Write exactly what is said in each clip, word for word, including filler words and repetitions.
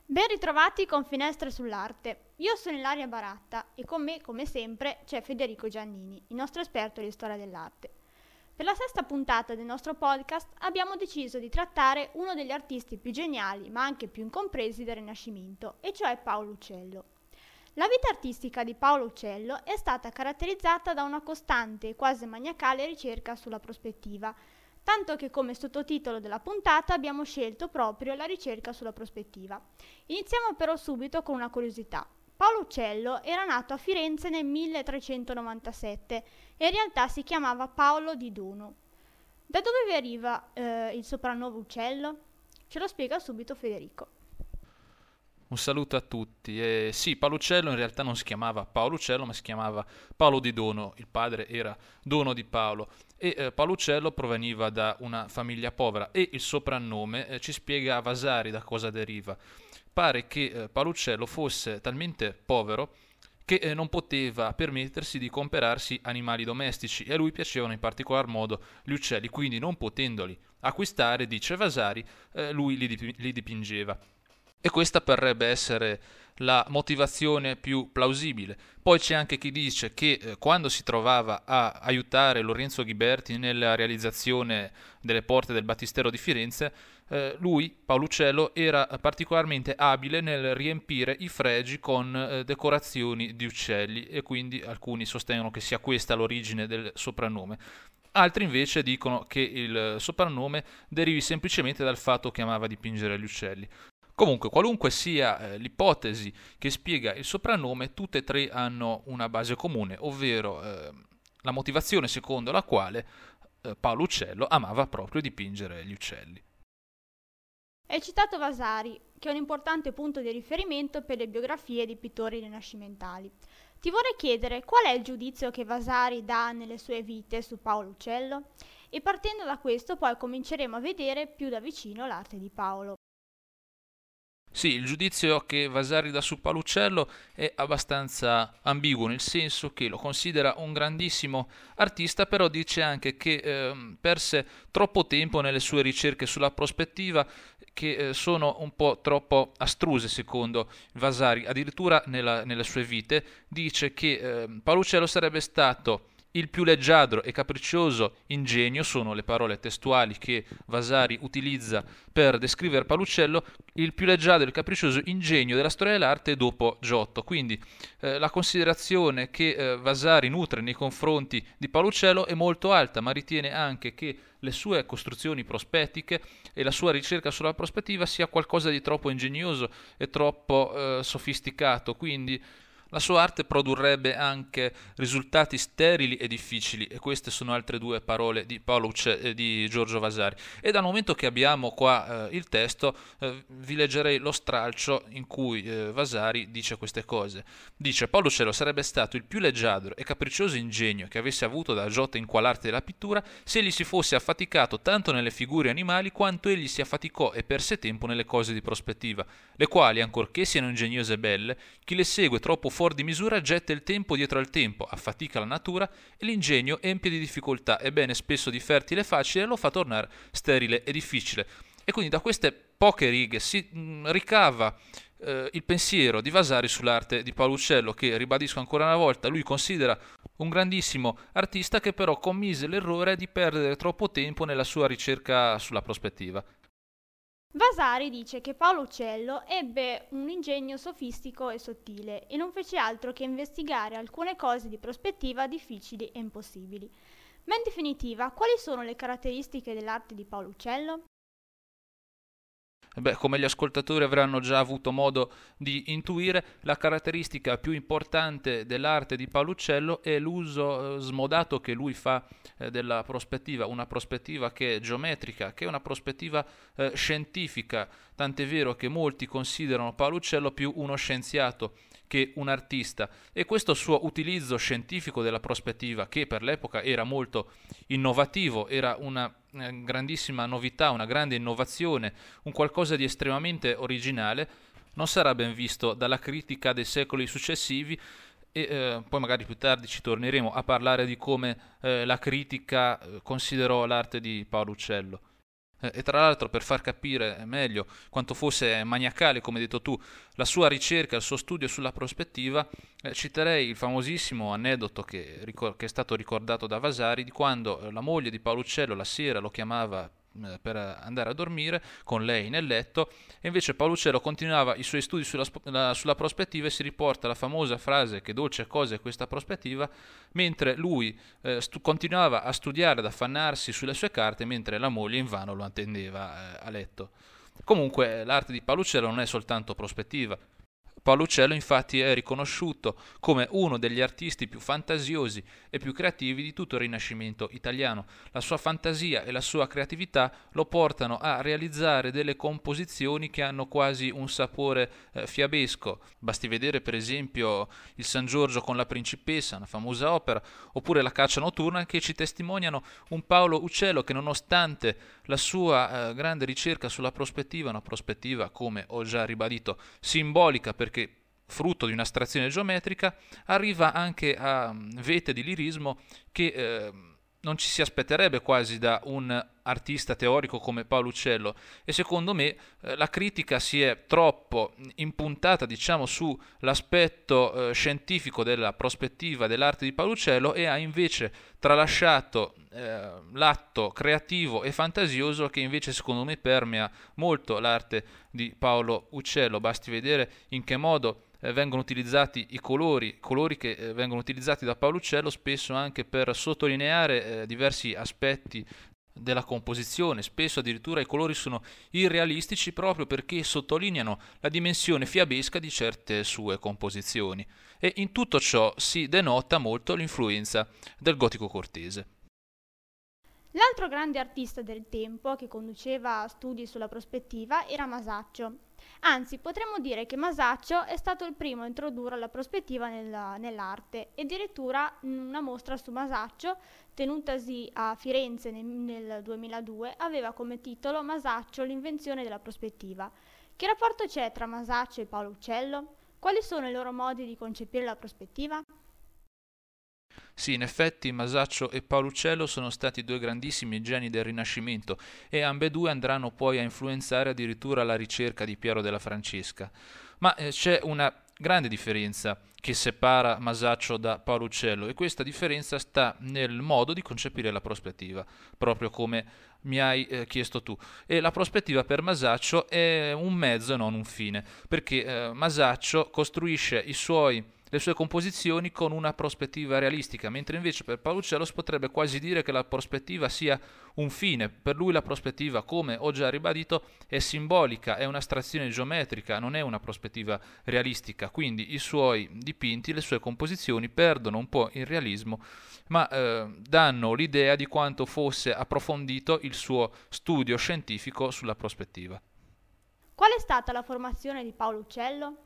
Ben ritrovati con Finestre sull'Arte. Io sono Ilaria Baratta e con me, come sempre, c'è Federico Giannini, il nostro esperto di storia dell'arte. Per la sesta puntata del nostro podcast abbiamo deciso di trattare uno degli artisti più geniali, ma anche più incompresi del Rinascimento, e cioè Paolo Uccello. La vita artistica di Paolo Uccello è stata caratterizzata da una costante e quasi maniacale ricerca sulla prospettiva, tanto che come sottotitolo della puntata abbiamo scelto proprio la ricerca sulla prospettiva. Iniziamo però subito con una curiosità. Paolo Uccello era nato a Firenze nel milletrecentonovantasette e in realtà si chiamava Paolo di Dono. Da dove vi arriva eh, il soprannome Uccello? Ce lo spiega subito Federico. Un saluto a tutti. Eh, sì, Paolo Uccello in realtà non si chiamava Paolo Uccello, ma si chiamava Paolo di Dono. Il padre era Dono di Paolo e eh, Paolo Uccello proveniva da una famiglia povera e il soprannome eh, ci spiega Vasari da cosa deriva. Pare che eh, Paolo Uccello fosse talmente povero che eh, non poteva permettersi di comperarsi animali domestici e a lui piacevano in particolar modo gli uccelli, quindi non potendoli acquistare, dice Vasari, eh, lui li, dip- li dipingeva. E questa parrebbe essere la motivazione più plausibile. Poi c'è anche chi dice che eh, quando si trovava a aiutare Lorenzo Ghiberti nella realizzazione delle porte del Battistero di Firenze, eh, lui, Paolo Uccello, era particolarmente abile nel riempire i fregi con eh, decorazioni di uccelli e quindi alcuni sostengono che sia questa l'origine del soprannome. Altri invece dicono che il soprannome derivi semplicemente dal fatto che amava dipingere gli uccelli. Comunque, qualunque sia eh, l'ipotesi che spiega il soprannome, tutte e tre hanno una base comune, ovvero eh, la motivazione secondo la quale eh, Paolo Uccello amava proprio dipingere gli uccelli. È citato Vasari, che è un importante punto di riferimento per le biografie di pittori rinascimentali. Ti vorrei chiedere qual è il giudizio che Vasari dà nelle sue vite su Paolo Uccello? E partendo da questo poi cominceremo a vedere più da vicino l'arte di Paolo. Sì, il giudizio che Vasari dà su Paolo Uccello è abbastanza ambiguo, nel senso che lo considera un grandissimo artista, però dice anche che eh, perse troppo tempo nelle sue ricerche sulla prospettiva, che eh, sono un po' troppo astruse secondo Vasari. Addirittura nella, nelle sue vite dice che eh, Paolo Uccello sarebbe stato il più leggiadro e capriccioso ingegno, sono le parole testuali che Vasari utilizza per descrivere Paolo Uccello, il più leggiadro e capriccioso ingegno della storia dell'arte dopo Giotto. Quindi eh, la considerazione che eh, Vasari nutre nei confronti di Paolo Uccello è molto alta, ma ritiene anche che le sue costruzioni prospettiche e la sua ricerca sulla prospettiva sia qualcosa di troppo ingegnoso e troppo eh, sofisticato, quindi la sua arte produrrebbe anche risultati sterili e difficili, e queste sono altre due parole di, Paolo Ucce- eh, di Giorgio Vasari. E dal momento che abbiamo qua eh, il testo, eh, vi leggerei lo stralcio in cui eh, Vasari dice queste cose. Dice: Paolo Uccello sarebbe stato il più leggiadro e capriccioso ingegno che avesse avuto da Giotto in quell'arte della pittura, se egli si fosse affaticato tanto nelle figure animali quanto egli si affaticò e perse tempo nelle cose di prospettiva, le quali, ancorché siano ingegnose e belle, chi le segue troppo fuori di misura getta il tempo dietro al tempo, affatica la natura e l'ingegno empie di difficoltà, ebbene spesso di fertile e facile lo fa tornare sterile e difficile. E quindi da queste poche righe si mh, ricava eh, il pensiero di Vasari sull'arte di Paolo Uccello, che, ribadisco ancora una volta, lui considera un grandissimo artista che però commise l'errore di perdere troppo tempo nella sua ricerca sulla prospettiva. Vasari dice che Paolo Uccello ebbe un ingegno sofistico e sottile e non fece altro che investigare alcune cose di prospettiva difficili e impossibili. Ma in definitiva, quali sono le caratteristiche dell'arte di Paolo Uccello? Beh, come gli ascoltatori avranno già avuto modo di intuire, la caratteristica più importante dell'arte di Paolo Uccello è l'uso eh, smodato che lui fa eh, della prospettiva, una prospettiva che è geometrica, che è una prospettiva eh, scientifica, tant'è vero che molti considerano Paolo Uccello più uno scienziato che un artista, e questo suo utilizzo scientifico della prospettiva, che per l'epoca era molto innovativo, era una eh, grandissima novità, una grande innovazione, un qualcosa di estremamente originale, non sarà ben visto dalla critica dei secoli successivi, e eh, poi magari più tardi ci torneremo a parlare di come eh, la critica eh, considerò l'arte di Paolo Uccello. Eh, E tra l'altro, per far capire meglio quanto fosse maniacale, come hai detto tu, la sua ricerca, il suo studio sulla prospettiva, eh, citerei il famosissimo aneddoto che, ricor- che è stato ricordato da Vasari di quando eh, la moglie di Paolo Uccello la sera lo chiamava eh, per andare a dormire con lei nel letto, e invece Paolo Uccello continuava i suoi studi sulla, sp- la- sulla prospettiva, e si riporta la famosa frase che dolce cosa è questa prospettiva, mentre lui eh, stu- continuava a studiare, ad affannarsi sulle sue carte, mentre la moglie invano lo attendeva eh, a letto. Comunque l'arte di Paolo Uccello non è soltanto prospettiva. Paolo Uccello infatti è riconosciuto come uno degli artisti più fantasiosi e più creativi di tutto il Rinascimento italiano. La sua fantasia e la sua creatività lo portano a realizzare delle composizioni che hanno quasi un sapore eh, fiabesco. Basti vedere per esempio il San Giorgio con la principessa, una famosa opera, oppure la Caccia notturna, che ci testimoniano un Paolo Uccello che, nonostante la sua eh, grande ricerca sulla prospettiva, una prospettiva, come ho già ribadito, simbolica perché frutto di un'astrazione geometrica, arriva anche a mm, vete di lirismo che eh, non ci si aspetterebbe quasi da un artista teorico come Paolo Uccello, e secondo me eh, la critica si è troppo impuntata, diciamo, sull'aspetto eh, scientifico della prospettiva dell'arte di Paolo Uccello, e ha invece tralasciato eh, l'atto creativo e fantasioso che invece secondo me permea molto l'arte di Paolo Uccello. Basti vedere in che modo eh, vengono utilizzati i colori, colori che eh, vengono utilizzati da Paolo Uccello spesso anche per sottolineare eh, diversi aspetti della composizione. Spesso addirittura i colori sono irrealistici proprio perché sottolineano la dimensione fiabesca di certe sue composizioni, e in tutto ciò si denota molto l'influenza del gotico cortese. L'altro grande artista del tempo che conduceva studi sulla prospettiva era Masaccio. Anzi, potremmo dire che Masaccio è stato il primo a introdurre la prospettiva nella- nell'arte, e addirittura una mostra su Masaccio, tenutasi a Firenze nel, nel duemiladue, aveva come titolo Masaccio, l'invenzione della prospettiva. Che rapporto c'è tra Masaccio e Paolo Uccello? Quali sono i loro modi di concepire la prospettiva? Sì, in effetti Masaccio e Paolo Uccello sono stati due grandissimi geni del Rinascimento, e ambedue andranno poi a influenzare addirittura la ricerca di Piero della Francesca. Ma eh, c'è una grande differenza che separa Masaccio da Paolo Uccello, e questa differenza sta nel modo di concepire la prospettiva, proprio come mi hai eh, chiesto tu. E la prospettiva per Masaccio è un mezzo e non un fine, perché eh, Masaccio costruisce i suoi le sue composizioni con una prospettiva realistica, mentre invece per Paolo Uccello si potrebbe quasi dire che la prospettiva sia un fine. Per lui la prospettiva, come ho già ribadito, è simbolica, è un'astrazione geometrica, non è una prospettiva realistica, quindi i suoi dipinti, le sue composizioni perdono un po' il realismo, ma eh, danno l'idea di quanto fosse approfondito il suo studio scientifico sulla prospettiva. Qual è stata la formazione di Paolo Uccello?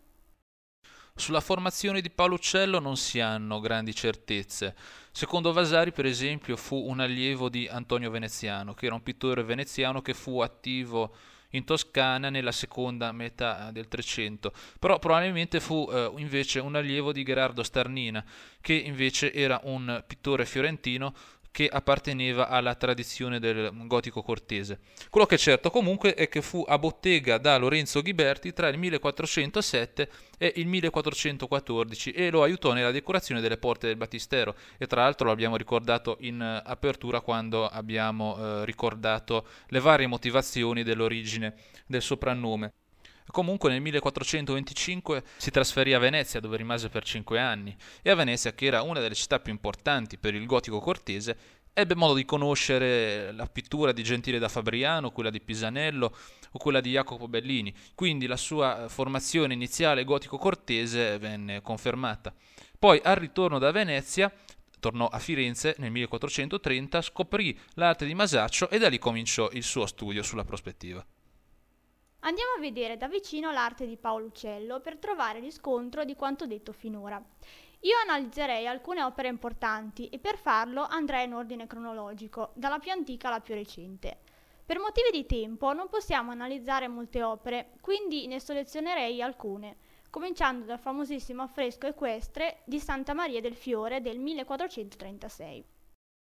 Sulla formazione di Paolo Uccello non si hanno grandi certezze. Secondo Vasari, per esempio, fu un allievo di Antonio Veneziano, che era un pittore veneziano che fu attivo in Toscana nella seconda metà del Trecento, però probabilmente fu eh, invece un allievo di Gherardo Starnina, che invece era un pittore fiorentino che apparteneva alla tradizione del gotico cortese. Quello che è certo comunque è che fu a bottega da Lorenzo Ghiberti tra il millequattrocentosette e il millequattrocentoquattordici, e lo aiutò nella decorazione delle porte del battistero, e tra l'altro lo abbiamo ricordato in eh, apertura quando abbiamo eh, ricordato le varie motivazioni dell'origine del soprannome. Comunque nel millequattrocentoventicinque si trasferì a Venezia, dove rimase per cinque anni, e a Venezia, che era una delle città più importanti per il gotico cortese, ebbe modo di conoscere la pittura di Gentile da Fabriano, quella di Pisanello o quella di Jacopo Bellini, quindi la sua formazione iniziale gotico cortese venne confermata. Poi, al ritorno da Venezia, tornò a Firenze nel millequattrocentotrenta, scoprì l'arte di Masaccio e da lì cominciò il suo studio sulla prospettiva. Andiamo a vedere da vicino l'arte di Paolo Uccello per trovare riscontro di quanto detto finora. Io analizzerei alcune opere importanti, e per farlo andrei in ordine cronologico, dalla più antica alla più recente. Per motivi di tempo non possiamo analizzare molte opere, quindi ne selezionerei alcune, cominciando dal famosissimo affresco equestre di Santa Maria del Fiore del millequattrocentotrentasei.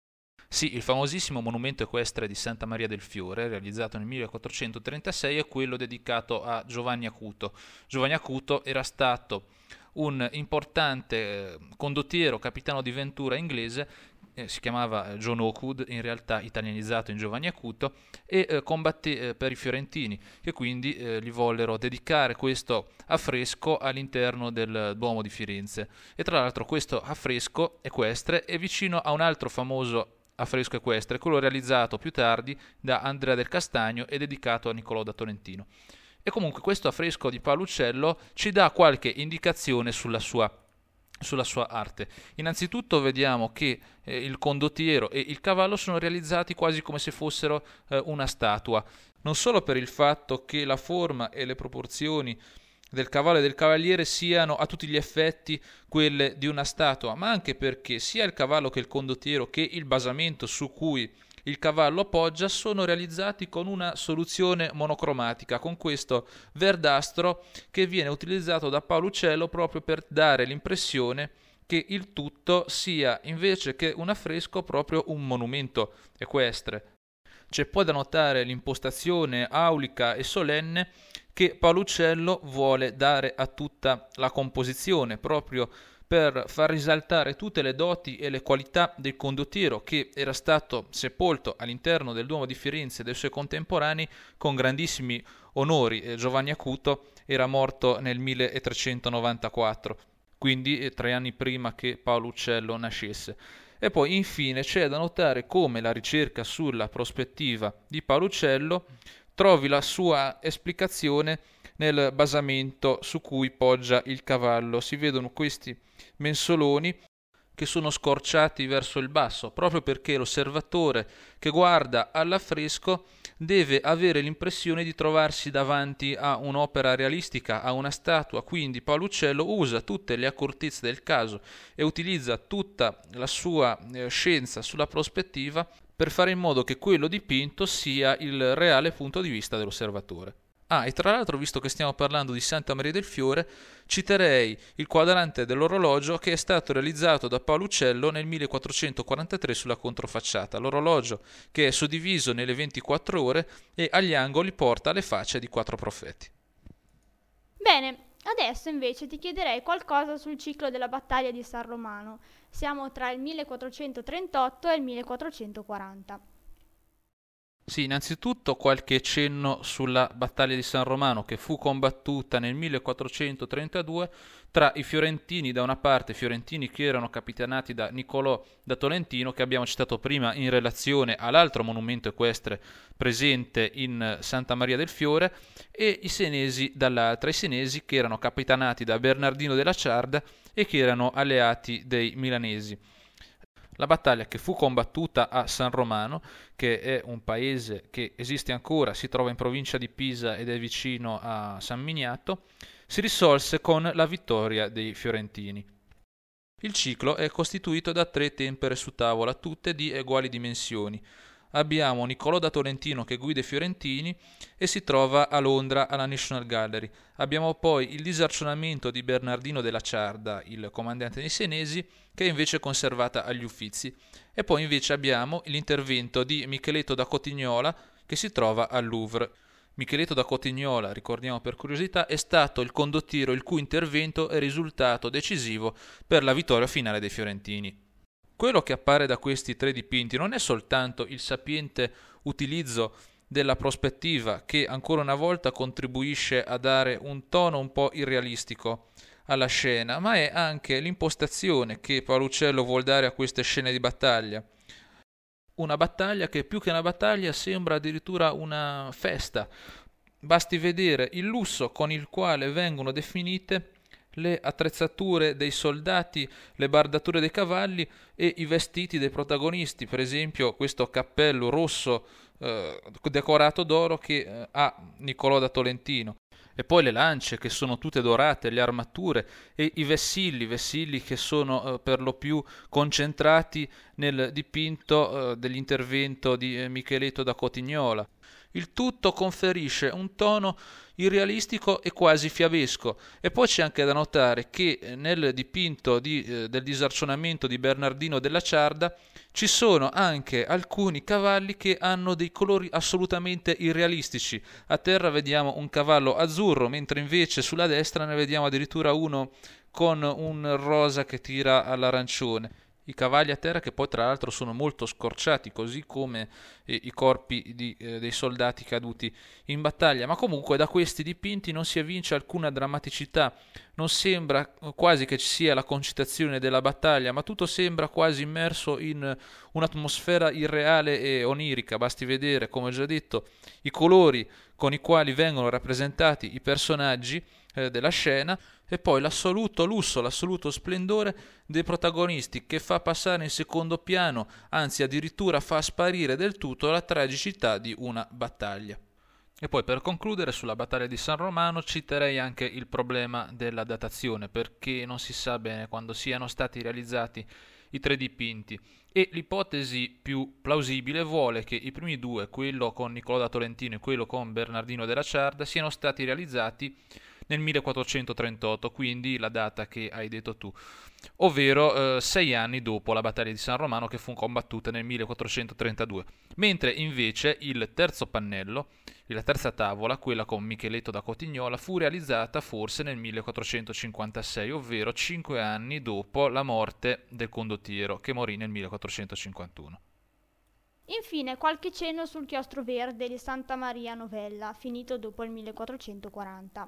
Sì, il famosissimo monumento equestre di Santa Maria del Fiore, realizzato nel millequattrocentotrentasei, è quello dedicato a Giovanni Acuto. Giovanni Acuto era stato un importante eh, condottiero, capitano di ventura inglese, eh, si chiamava John Hawkwood, in realtà italianizzato in Giovanni Acuto, e eh, combatté eh, per i fiorentini, che quindi eh, gli vollero dedicare questo affresco all'interno del Duomo di Firenze. E tra l'altro questo affresco equestre è vicino a un altro famoso affresco equestre, quello realizzato più tardi da Andrea del Castagno e dedicato a Niccolò da Tolentino. E comunque questo affresco di Paolo Uccello ci dà qualche indicazione sulla sua, sulla sua arte. Innanzitutto vediamo che eh, il condottiero e il cavallo sono realizzati quasi come se fossero eh, una statua, non solo per il fatto che la forma e le proporzioni del cavallo e del cavaliere siano a tutti gli effetti quelle di una statua, ma anche perché sia il cavallo che il condottiero che il basamento su cui il cavallo appoggia sono realizzati con una soluzione monocromatica, con questo verdastro che viene utilizzato da Paolo Uccello proprio per dare l'impressione che il tutto sia, invece che un affresco, proprio un monumento equestre. C'è poi da notare l'impostazione aulica e solenne che Paolo Uccello vuole dare a tutta la composizione, proprio per far risaltare tutte le doti e le qualità del condottiero, che era stato sepolto all'interno del Duomo di Firenze e dei suoi contemporanei con grandissimi onori. Eh, Giovanni Acuto era morto nel milletrecentonovantaquattro, quindi eh, tre anni prima che Paolo Uccello nascesse. E poi infine c'è da notare come la ricerca sulla prospettiva di Paolo Uccello trovi la sua esplicazione nel basamento su cui poggia il cavallo. Si vedono questi mensoloni che sono scorciati verso il basso, proprio perché l'osservatore che guarda all'affresco deve avere l'impressione di trovarsi davanti a un'opera realistica, a una statua. Quindi Paolo Uccello usa tutte le accortezze del caso e utilizza tutta la sua eh, scienza sulla prospettiva per fare in modo che quello dipinto sia il reale punto di vista dell'osservatore. Ah, e tra l'altro, visto che stiamo parlando di Santa Maria del Fiore, citerei il quadrante dell'orologio che è stato realizzato da Paolo Uccello nel millequattrocentoquarantatré sulla controfacciata. L'orologio che è suddiviso nelle ventiquattro ore e agli angoli porta le facce di quattro profeti. Bene, adesso invece ti chiederei qualcosa sul ciclo della battaglia di San Romano. Siamo tra il millequattrocentotrentotto e il millequattrocentoquaranta. Sì, innanzitutto qualche cenno sulla battaglia di San Romano, che fu combattuta nel millequattrocentotrentadue tra i fiorentini da una parte, fiorentini che erano capitanati da Niccolò da Tolentino, che abbiamo citato prima in relazione all'altro monumento equestre presente in Santa Maria del Fiore, e i senesi dall'altra, i senesi che erano capitanati da Bernardino della Ciarda e che erano alleati dei milanesi. La battaglia, che fu combattuta a San Romano, che è un paese che esiste ancora, si trova in provincia di Pisa ed è vicino a San Miniato, si risolse con la vittoria dei fiorentini. Il ciclo è costituito da tre tempere su tavola, tutte di uguali dimensioni. Abbiamo Niccolò da Tolentino che guida i fiorentini e si trova a Londra alla National Gallery. Abbiamo poi il disarcionamento di Bernardino della Ciarda, il comandante dei senesi, che è invece conservata agli Uffizi. E poi invece abbiamo l'intervento di Micheletto da Cotignola che si trova al Louvre. Micheletto da Cotignola, ricordiamo per curiosità, è stato il condottiero il cui intervento è risultato decisivo per la vittoria finale dei fiorentini. Quello che appare da questi tre dipinti non è soltanto il sapiente utilizzo della prospettiva, che ancora una volta contribuisce a dare un tono un po' irrealistico alla scena, ma è anche l'impostazione che Paolo Uccello vuol dare a queste scene di battaglia. Una battaglia che più che una battaglia sembra addirittura una festa. Basti vedere il lusso con il quale vengono definite le attrezzature dei soldati, le bardature dei cavalli e i vestiti dei protagonisti. Per esempio questo cappello rosso eh, decorato d'oro che eh, ha Niccolò da Tolentino. E poi le lance che sono tutte dorate, le armature e i vessilli, vessilli che sono eh, per lo più concentrati nel dipinto eh, dell'intervento di eh, Micheletto da Cotignola. Il tutto conferisce un tono irrealistico e quasi fiabesco. E poi c'è anche da notare che nel dipinto di, eh, del disarcionamento di Bernardino della Ciarda ci sono anche alcuni cavalli che hanno dei colori assolutamente irrealistici. A terra vediamo un cavallo azzurro, mentre invece sulla destra ne vediamo addirittura uno con un rosa che tira all'arancione. I cavalli a terra che poi tra l'altro sono molto scorciati, così come eh, i corpi di, eh, dei soldati caduti in battaglia, ma comunque da questi dipinti non si evince alcuna drammaticità, non sembra quasi che ci sia la concitazione della battaglia, ma tutto sembra quasi immerso in un'atmosfera irreale e onirica. Basti vedere, come ho già detto, i colori con i quali vengono rappresentati i personaggi eh, della scena, e poi l'assoluto lusso, l'assoluto splendore dei protagonisti, che fa passare in secondo piano, anzi addirittura fa sparire del tutto la tragicità di una battaglia. E poi per concludere, sulla battaglia di San Romano citerei anche il problema della datazione, perché non si sa bene quando siano stati realizzati i tre dipinti, e l'ipotesi più plausibile vuole che i primi due, quello con Niccolò da Tolentino e quello con Bernardino della Ciarda, siano stati realizzati nel millequattrocentotrentotto, quindi la data che hai detto tu, ovvero eh, sei anni dopo la battaglia di San Romano, che fu combattuta nel millequattrocentotrentadue, mentre invece il terzo pannello, la terza tavola, quella con Micheletto da Cotignola, fu realizzata forse nel millequattrocentocinquantasei, ovvero cinque anni dopo la morte del condottiero, che morì nel millequattrocentocinquantuno. Infine qualche cenno sul chiostro verde di Santa Maria Novella, finito dopo il millequattrocentoquaranta.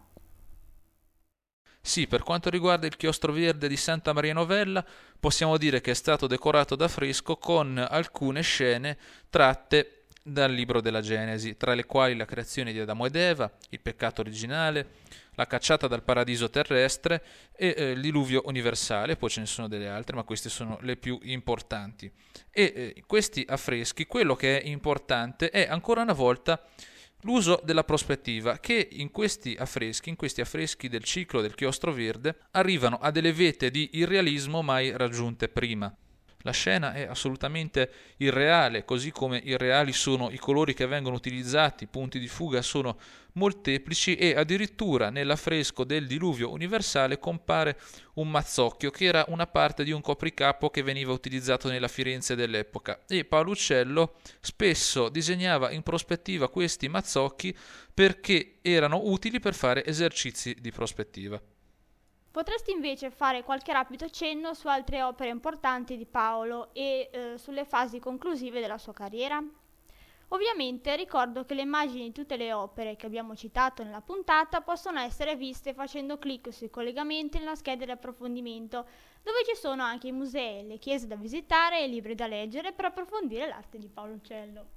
Sì, per quanto riguarda il chiostro verde di Santa Maria Novella, possiamo dire che è stato decorato da fresco con alcune scene tratte dal libro della Genesi, tra le quali la creazione di Adamo ed Eva, il peccato originale, la cacciata dal paradiso terrestre e eh, il diluvio universale. Poi ce ne sono delle altre, ma queste sono le più importanti. E eh, questi affreschi, quello che è importante è ancora una volta l'uso della prospettiva, che in questi affreschi, in questi affreschi del ciclo del chiostro verde, arrivano a delle vette di irrealismo mai raggiunte prima. La scena è assolutamente irreale, così come irreali sono i colori che vengono utilizzati, i punti di fuga sono molteplici, e addirittura nell'affresco del diluvio universale compare un mazzocchio, che era una parte di un copricapo che veniva utilizzato nella Firenze dell'epoca, e Paolo Uccello spesso disegnava in prospettiva questi mazzocchi perché erano utili per fare esercizi di prospettiva. Potresti invece fare qualche rapido cenno su altre opere importanti di Paolo e eh, sulle fasi conclusive della sua carriera? Ovviamente ricordo che le immagini di tutte le opere che abbiamo citato nella puntata possono essere viste facendo clic sui collegamenti nella scheda di approfondimento, dove ci sono anche i musei, le chiese da visitare e i libri da leggere per approfondire l'arte di Paolo Uccello.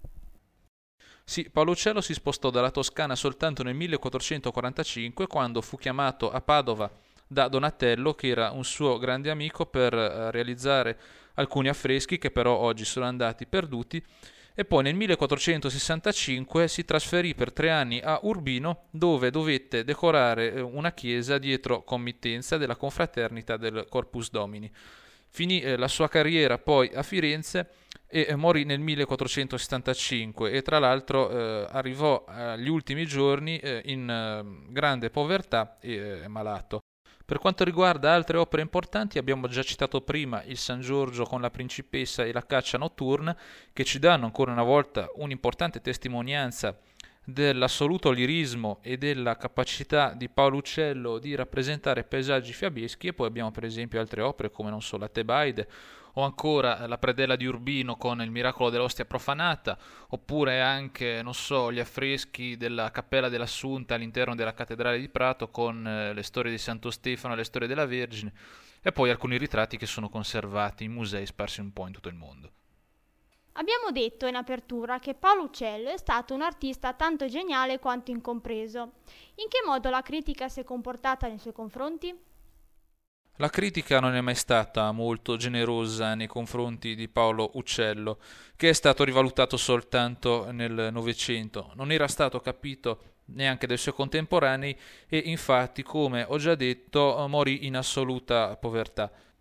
Sì, Paolo Uccello si spostò dalla Toscana soltanto nel millequattrocentoquarantacinque, quando fu chiamato a Padova da Donatello, che era un suo grande amico, per eh, realizzare alcuni affreschi che però oggi sono andati perduti, e poi nel millequattrocentosessantacinque si trasferì per tre anni a Urbino, dove dovette decorare eh, una chiesa dietro committenza della confraternita del Corpus Domini. Finì eh, la sua carriera poi a Firenze e eh, morì nel millequattrocentosettantacinque, e tra l'altro eh, arrivò agli ultimi giorni eh, in eh, grande povertà e eh, malato. Per quanto riguarda altre opere importanti, abbiamo già citato prima il San Giorgio con la Principessa e la Caccia notturna, che ci danno ancora una volta un'importante testimonianza dell'assoluto lirismo e della capacità di Paolo Uccello di rappresentare paesaggi fiabeschi. E poi abbiamo per esempio altre opere come, non so, la Tebaide, o ancora la predella di Urbino con il miracolo dell'ostia profanata, oppure anche, non so, gli affreschi della Cappella dell'Assunta all'interno della cattedrale di Prato con eh, le storie di Santo Stefano e le storie della Vergine, e poi alcuni ritratti che sono conservati in musei sparsi un po' in tutto il mondo. Abbiamo detto in apertura che Paolo Uccello è stato un artista tanto geniale quanto incompreso. In che modo la critica si è comportata nei suoi confronti? La critica non è mai stata molto generosa nei confronti di Paolo Uccello, che è stato rivalutato soltanto nel Novecento. Non era stato capito neanche dai suoi contemporanei, e infatti, come ho già detto, morì in assoluta povertà.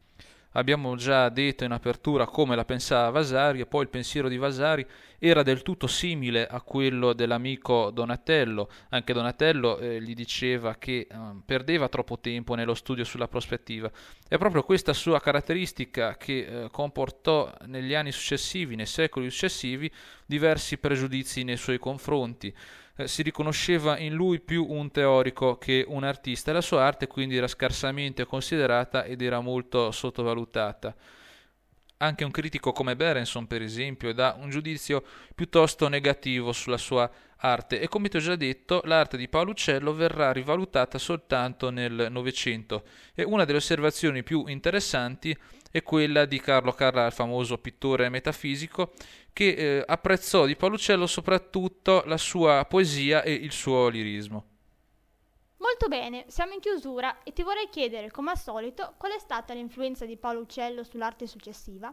Abbiamo già detto in apertura come la pensava Vasari, e poi il pensiero di Vasari era del tutto simile a quello dell'amico Donatello. Anche Donatello eh, gli diceva che eh, perdeva troppo tempo nello studio sulla prospettiva. È proprio questa sua caratteristica che eh, comportò negli anni successivi, nei secoli successivi, diversi pregiudizi nei suoi confronti. Eh, si riconosceva in lui più un teorico che un artista e la sua arte quindi era scarsamente considerata ed era molto sottovalutata. Anche un critico come Berenson, per esempio, dà un giudizio piuttosto negativo sulla sua arte e come ti ho già detto, l'arte di Paolo Uccello verrà rivalutata soltanto nel Novecento e una delle osservazioni più interessanti è quella di Carlo Carrà, il famoso pittore metafisico, che eh, apprezzò di Paolo Uccello soprattutto la sua poesia e il suo lirismo. Molto bene, siamo in chiusura e ti vorrei chiedere, come al solito, qual è stata l'influenza di Paolo Uccello sull'arte successiva?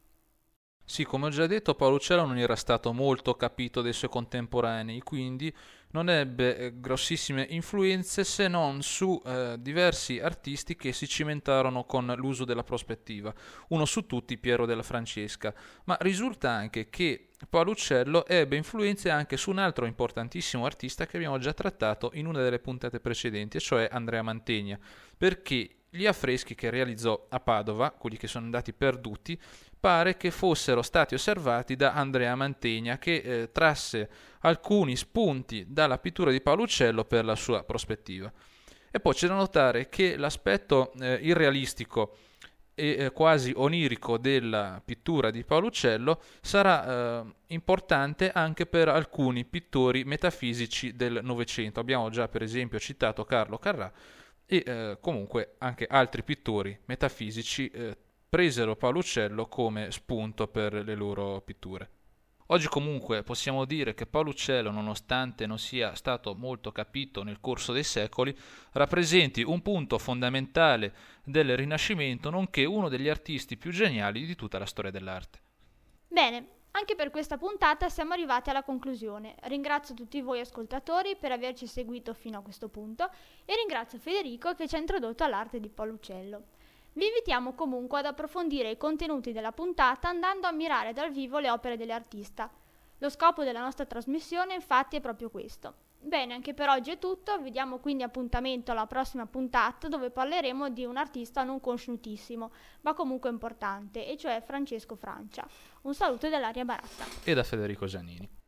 Sì, come ho già detto, Paolo Uccello non era stato molto capito dai suoi contemporanei, quindi non ebbe eh, grossissime influenze se non su eh, diversi artisti che si cimentarono con l'uso della prospettiva, uno su tutti Piero della Francesca, ma risulta anche che Paolo Uccello ebbe influenze anche su un altro importantissimo artista che abbiamo già trattato in una delle puntate precedenti, cioè Andrea Mantegna, perché gli affreschi che realizzò a Padova, quelli che sono andati perduti, pare che fossero stati osservati da Andrea Mantegna, che eh, trasse alcuni spunti dalla pittura di Paolo Uccello per la sua prospettiva. E poi c'è da notare che l'aspetto eh, irrealistico e eh, quasi onirico della pittura di Paolo Uccello sarà eh, importante anche per alcuni pittori metafisici del Novecento. Abbiamo già per esempio citato Carlo Carrà e eh, comunque anche altri pittori metafisici eh, presero Paolo Uccello come spunto per le loro pitture. Oggi comunque possiamo dire che Paolo Uccello, nonostante non sia stato molto capito nel corso dei secoli, rappresenti un punto fondamentale del Rinascimento, nonché uno degli artisti più geniali di tutta la storia dell'arte. Bene, anche per questa puntata siamo arrivati alla conclusione. Ringrazio tutti voi ascoltatori per averci seguito fino a questo punto e ringrazio Federico che ci ha introdotto all'arte di Paolo Uccello. Vi invitiamo comunque ad approfondire i contenuti della puntata andando a ammirare dal vivo le opere dell'artista. Lo scopo della nostra trasmissione infatti è proprio questo. Bene, anche per oggi è tutto, vi diamo quindi appuntamento alla prossima puntata dove parleremo di un artista non conosciutissimo, ma comunque importante, e cioè Francesco Francia. Un saluto dall'Aria Baratta E da Federico Giannini.